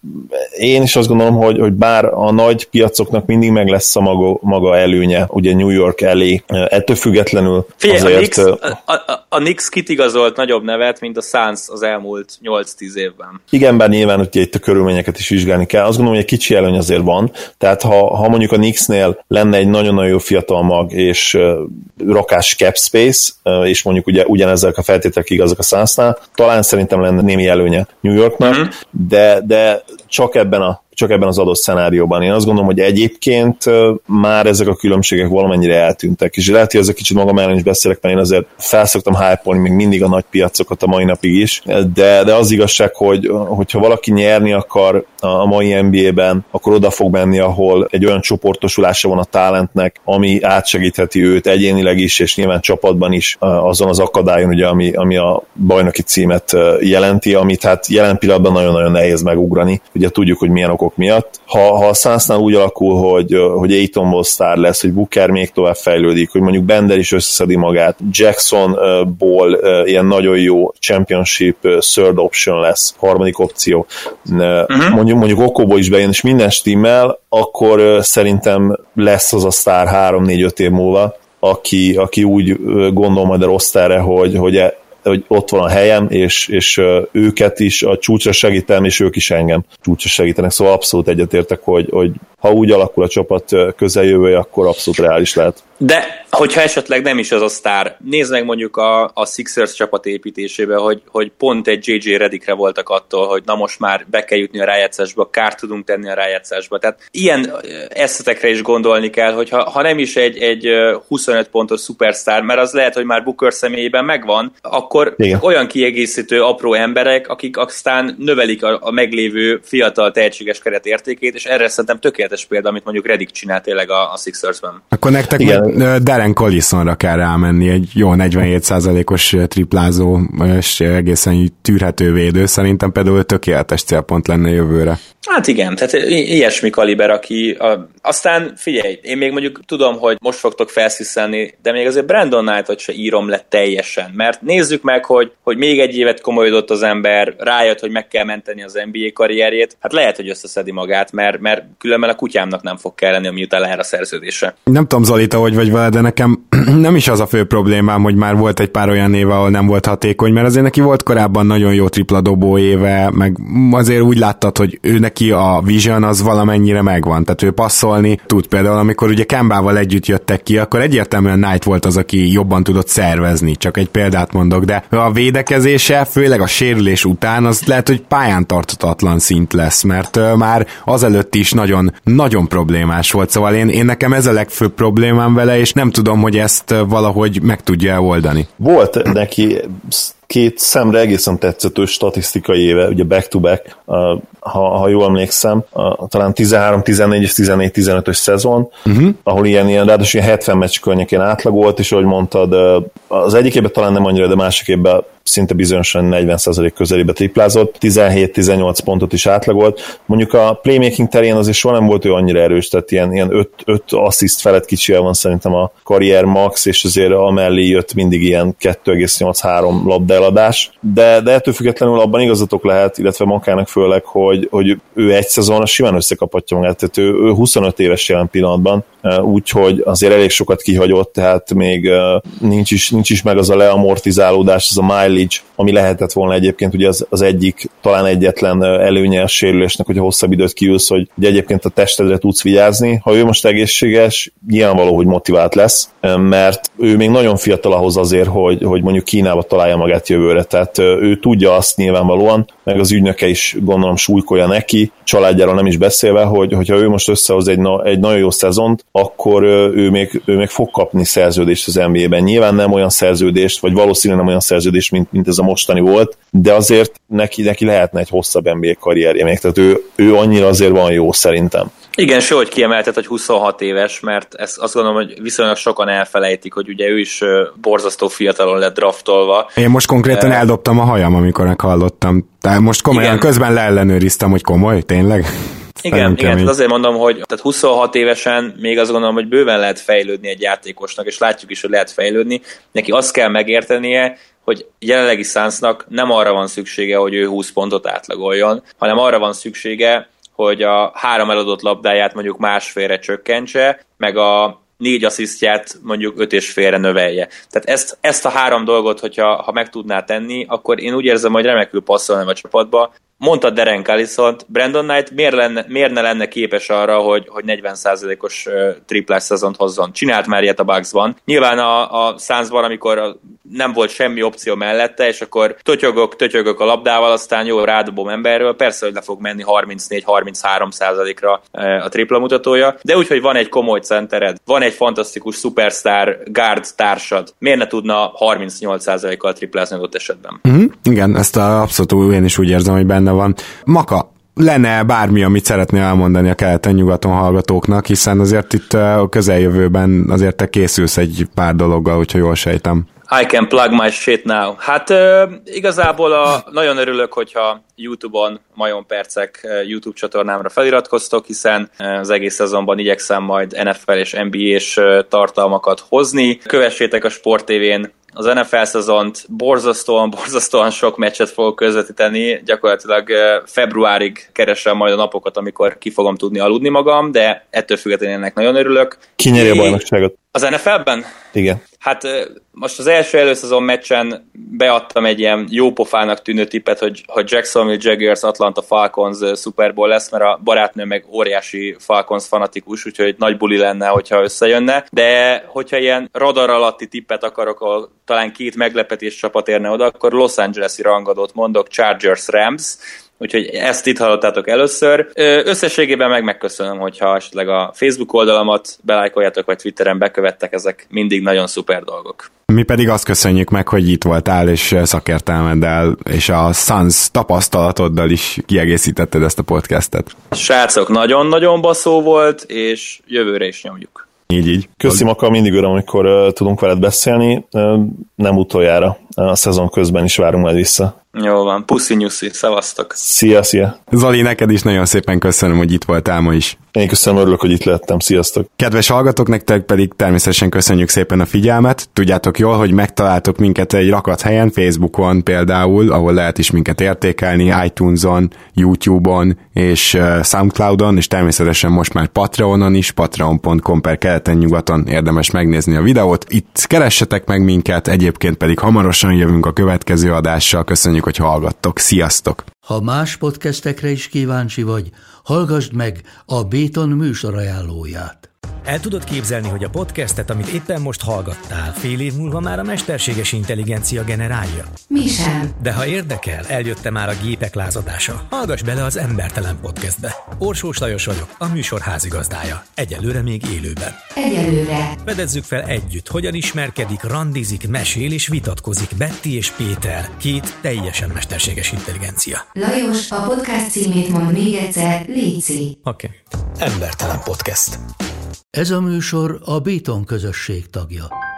Speaker 3: én is azt gondolom, hogy, hogy bár a nagy piacoknak mindig meg lesz a maga, maga előnye, ugye New York elé, ettől függetlenül
Speaker 4: Figyelj,
Speaker 3: azért...
Speaker 4: a Knicks, a, a, a Knicks kitigazolt nagyobb nevet, mint a Suns az elmúlt nyolc-tíz évben.
Speaker 3: Igen, bár nyilván ugye itt a körülményeket is vizsgálni kell. Azt gondolom, hogy egy kicsi előny azért van, tehát ha, ha mondjuk a Knicksnél lenne egy nagyon-nagyon jó fiatal mag és uh, rakás cap space, uh, és mondjuk ugye ugyanezzel a feltételek igazak a Sunsnál, talán szerintem lenne némi előnye New Yorknak, mm-hmm. de, de csak ebben a csak ebben az adott szenárióban. Én azt gondolom, hogy egyébként már ezek a különbségek valamennyire eltűntek, és lehet, hogy ezek kicsit magam ellen is beszélek, mert én azért felszoktam hype-olni még mindig a nagy piacokat a mai napig is, de, de az igazság, hogy hogyha valaki nyerni akar a mai en bé á-ben, akkor oda fog menni, ahol egy olyan csoportosulása van a talentnek, ami átsegítheti őt egyénileg is, és nyilván csapatban is azon az akadályon, ugye, ami, ami a bajnoki címet jelenti, amit hát jelen pillanatban nagyon-nagyon nehéz megugrani. Ugye tudjuk, hogy milyen okok miatt. Ha, ha a Sunsnál úgy alakul, hogy, hogy Aytonból sztár lesz, hogy Booker még tovább fejlődik, hogy mondjuk Bender is összeszedi magát, Jacksonból ilyen nagyon jó championship third option lesz, harmadik opció. Uh-huh. Mondjuk, mondjuk Okobo is bejön, és minden stimmel, akkor szerintem lesz az a sztár három-négy-öt év múlva, aki, aki úgy gondol majd a rosterre, hogy, hogy hogy ott van a helyem, és, és őket is a csúcsra segítem, és ők is engem csúcsra segítenek, szóval abszolút egyetértek, hogy, hogy ha úgy alakul a csapat közeljövője, akkor abszolút reális lehet.
Speaker 4: De hogyha esetleg nem is az a sztár, nézd meg mondjuk a, a Sixers csapat építésébe, hogy, hogy pont egy jé jé Redickre voltak attól, hogy na most már be kell jutni a rájátszásba, kárt tudunk tenni a rájátszásba. Tehát ilyen eszetekre is gondolni kell, hogy ha, ha nem is egy, egy huszonöt pontos szupersztár, mert az lehet, hogy már Booker személyében megvan, akkor igen. Olyan kiegészítő apró emberek, akik aztán növelik a, a meglévő fiatal tehetséges keret értékét, és erre szerintem tökéletes példa, amit mondjuk Redick csinál tényleg a, a Sixersben.
Speaker 2: Akkor nektek Darren Collisonra kell rámenni, egy jó negyvenhét százalékos triplázó, és egészen tűrhető védő, szerintem például tökéletes célpont lenne jövőre.
Speaker 4: Hát igen, tehát i- ilyesmi kaliber, aki a... aztán figyelj, én még mondjuk tudom, hogy most fogtok felsziszelni, de még azért Brandon Knightot se írom le teljesen, mert nézzük meg, hogy, hogy még egy évet komolyodott az ember, rájött, hogy meg kell menteni az en bé á karrierjét, hát lehet, hogy összeszedi magát, mert, mert különben a kutyámnak nem fog kelleni, miután lejár a szerződése.
Speaker 2: Nem tudom, Zolita, hogy vagy vele, de nekem nem is az a fő problémám, hogy már volt egy pár olyan éve, ahol nem volt hatékony, mert azért neki volt korábban nagyon jó tripla dobó éve, meg azért úgy láttad, hogy ő neki a vision az valamennyire megvan, tehát ő passzolni tud. Például amikor ugye Kembával együtt jöttek ki, akkor egyértelműen Knight volt az, aki jobban tudott szervezni, csak egy példát mondok, de a védekezése, főleg a sérülés után, az lehet, hogy pályán tartatatlan szint lesz, mert uh, már azelőtt is nagyon, nagyon problémás volt, szóval én, én nekem ez a legfőbb problémám vele, és nem tudom, hogy ezt uh, valahogy meg tudja oldani.
Speaker 3: Volt neki két szemre egészen tetszetős statisztikai éve, ugye back-to-back, uh, ha, ha jól emlékszem, uh, talán tizenhárom tizennégy és tizennégy tizenötös szezon, uh-huh. ahol ilyen, ilyen ráadásul ilyen hetven meccs környékén átlagolt, és ahogy mondtad, uh, az egyik évben talán nem annyira, de másik évben szinte bizonyosan negyven százalék közelébe triplázott, tizenhét tizennyolc pontot is átlagolt. Mondjuk a playmaking terén azért soha nem volt ő annyira erős, tehát ilyen, ilyen öt assziszt felett kicsivel van szerintem a karrier max, és azért amellé jött mindig ilyen kettő egész nyolcvanhárom labdaeladás, de, de ettől függetlenül abban igazatok lehet, illetve Makának főleg, hogy, hogy ő egy szezonra simán összekaphatja magát, tehát ő, ő huszonöt éves jelen pillanatban, úgyhogy azért elég sokat kihagyott, tehát még nincs is, nincs is meg az a leamortizálódás, az a mileage, ami lehetett volna egyébként ugye az, az egyik, talán egyetlen előnye a sérülésnek, hogy a hosszabb időt kiülsz, hogy ugye egyébként a testedre tudsz vigyázni. Ha ő most egészséges, nyilvánvaló, hogy motivált lesz, mert ő még nagyon fiatal ahhoz azért, hogy, hogy mondjuk Kínába találja magát jövőre, tehát ő tudja azt nyilvánvalóan, meg az ügynöke is gondolom súlykolja neki, családjáról nem is beszélve, hogy hogyha ő most összehoz egy, na, egy nagyon jó szezont, akkor ő még, ő még fog kapni szerződést az en bé á-ben. Nyilván nem olyan szerződést, vagy valószínűleg nem olyan szerződést, mint, mint ez a mostani volt, de azért neki, neki lehetne egy hosszabb en bé á karrierje még, tehát ő, ő annyira azért van jó szerintem.
Speaker 4: Igen, ső, hogy kiemeltet, hogy huszonhat éves, mert ezt azt gondolom, hogy viszonylag sokan elfelejtik, hogy ugye ő is borzasztó fiatalon lett draftolva.
Speaker 2: Én most konkrétan uh, eldobtam a hajam, amikor meghallottam. Tehát most komolyan, igen. Közben leellenőriztem, hogy komoly, tényleg?
Speaker 4: Igen, igen, tehát azért mondom, hogy tehát huszonhat évesen még azt gondolom, hogy bőven lehet fejlődni egy játékosnak, és látjuk is, hogy lehet fejlődni. Neki azt kell megértenie, hogy jelenlegi Sunsnak nem arra van szüksége, hogy ő húsz pontot átlagoljon, hanem arra van szüksége, hogy a három eladott labdáját mondjuk másfélre csökkentse, meg a négy asszisztját mondjuk öt és félre növelje. Tehát ezt, ezt a három dolgot, hogyha ha meg tudná tenni, akkor én úgy érzem, hogy remekül passzolna a csapatba. Mondta Derek Allison, Brandon Knight miért, lenne, miért ne lenne képes arra, hogy, hogy negyven százalékos triplás szezont hozzon. Csinált már ilyet a Bucksban. Nyilván a, a Sunsban, amikor nem volt semmi opció mellette, és akkor tötyögök, tötyögök a labdával, aztán jó, rádobom emberről, persze, hogy le fog menni harmincnégy-harminchárom százalékra a tripla mutatója, de úgy, hogy van egy komoly centered, van egy fantasztikus superstar guard társad, miért ne tudna harmincnyolc százalékkal triplázni adott esetben?
Speaker 2: Mm-hmm. Igen, ezt a abszolút én is úgy érzem, hogy benne van. Maka, lenne bármi, amit szeretnél elmondani a keleten-nyugaton hallgatóknak, hiszen azért itt a közeljövőben azért te készülsz egy pár dologgal, úgyhogy jól sejtem.
Speaker 4: I can plug my shit now. Hát uh, igazából a, nagyon örülök, hogyha YouTube-on Majon Percek YouTube csatornámra feliratkoztok, hiszen az egész szezonban igyekszem majd en ef el és en bé á-s tartalmakat hozni. Kövessétek a Sport té vén az en ef el szezont, borzasztóan, borzasztóan sok meccset fogok közvetíteni, gyakorlatilag februárig keresem majd a napokat, amikor ki fogom tudni aludni magam, de ettől függetlenül ennek nagyon örülök.
Speaker 3: Ki nyeri a bajnokságot?
Speaker 4: Az en ef el-ben?
Speaker 3: Igen.
Speaker 4: Hát most az első előszezon meccsen beadtam egy ilyen jó pofának tűnő tippet, hogy, hogy Jacksonville Jaguars Atlanta Falcons Super Bowl lesz, mert a barátnő meg óriási Falcons fanatikus, úgyhogy nagy buli lenne, hogyha összejönne, de hogyha ilyen radar alatti tippet akarok, ahol talán két meglepetés csapat érne oda, akkor Los Angeles-i rangadót mondok, Chargers Rams, úgyhogy ezt itt hallottátok először. Összességében meg megköszönöm, hogyha esetleg a Facebook oldalamat belájkoljátok, vagy Twitteren bekövettek, ezek mindig nagyon szuper dolgok.
Speaker 2: Mi pedig azt köszönjük meg, hogy itt voltál, és szakértelmeddel, és a Suns tapasztalatoddal is kiegészítetted ezt a podcastet.
Speaker 4: Srácok, nagyon-nagyon baszó volt, és jövőre is nyomjuk.
Speaker 2: Így, így.
Speaker 3: Köszi, Maka, mindig öröm, amikor uh, tudunk veled beszélni, uh, nem utoljára. A szezon közben is várunk majd vissza.
Speaker 4: Jó van, puszi nyuszi, szevasztok.
Speaker 3: Szia, szia.
Speaker 2: Zoli, neked is nagyon szépen köszönöm, hogy itt voltál ma is.
Speaker 3: Én köszönöm, örülök, hogy itt lettem. Sziasztok.
Speaker 2: Kedves hallgatók, nektek pedig természetesen köszönjük szépen a figyelmet. Tudjátok jól, hogy megtaláltok minket egy rakat helyen, Facebookon például, ahol lehet is minket értékelni, iTunes-on, YouTube-on és Soundcloud-on, és természetesen most már Patreonon is, patreon pont com per keleten-nyugaton érdemes megnézni a videót. Itt keressetek meg minket, egyébként pedig hamarosan jövünk a következő adással. Köszönjük, hogy hallgattok. Sziasztok!
Speaker 5: Ha más podcastekre is kíváncsi vagy, hallgassd meg a Béton műsor ajánlóját.
Speaker 6: El tudod képzelni, hogy a podcastet, amit éppen most hallgattál, fél év múlva már a mesterséges intelligencia generálja?
Speaker 7: Mi sem.
Speaker 6: De ha érdekel, eljött már a gépek lázadása. Hallgass bele az Embertelen Podcastbe. Orsós Lajos vagyok, a műsor házigazdája. Egyelőre még élőben.
Speaker 7: Egyelőre.
Speaker 6: Fedezzük fel együtt, hogyan ismerkedik, randizik, mesél és vitatkozik Betty és Péter, két teljesen mesterséges intelligencia.
Speaker 7: Lajos, a podcast címét mond még egyszer, léci.
Speaker 6: Oké. Okay. Embertelen Podcast.
Speaker 5: Ez a műsor a Béton közösség tagja.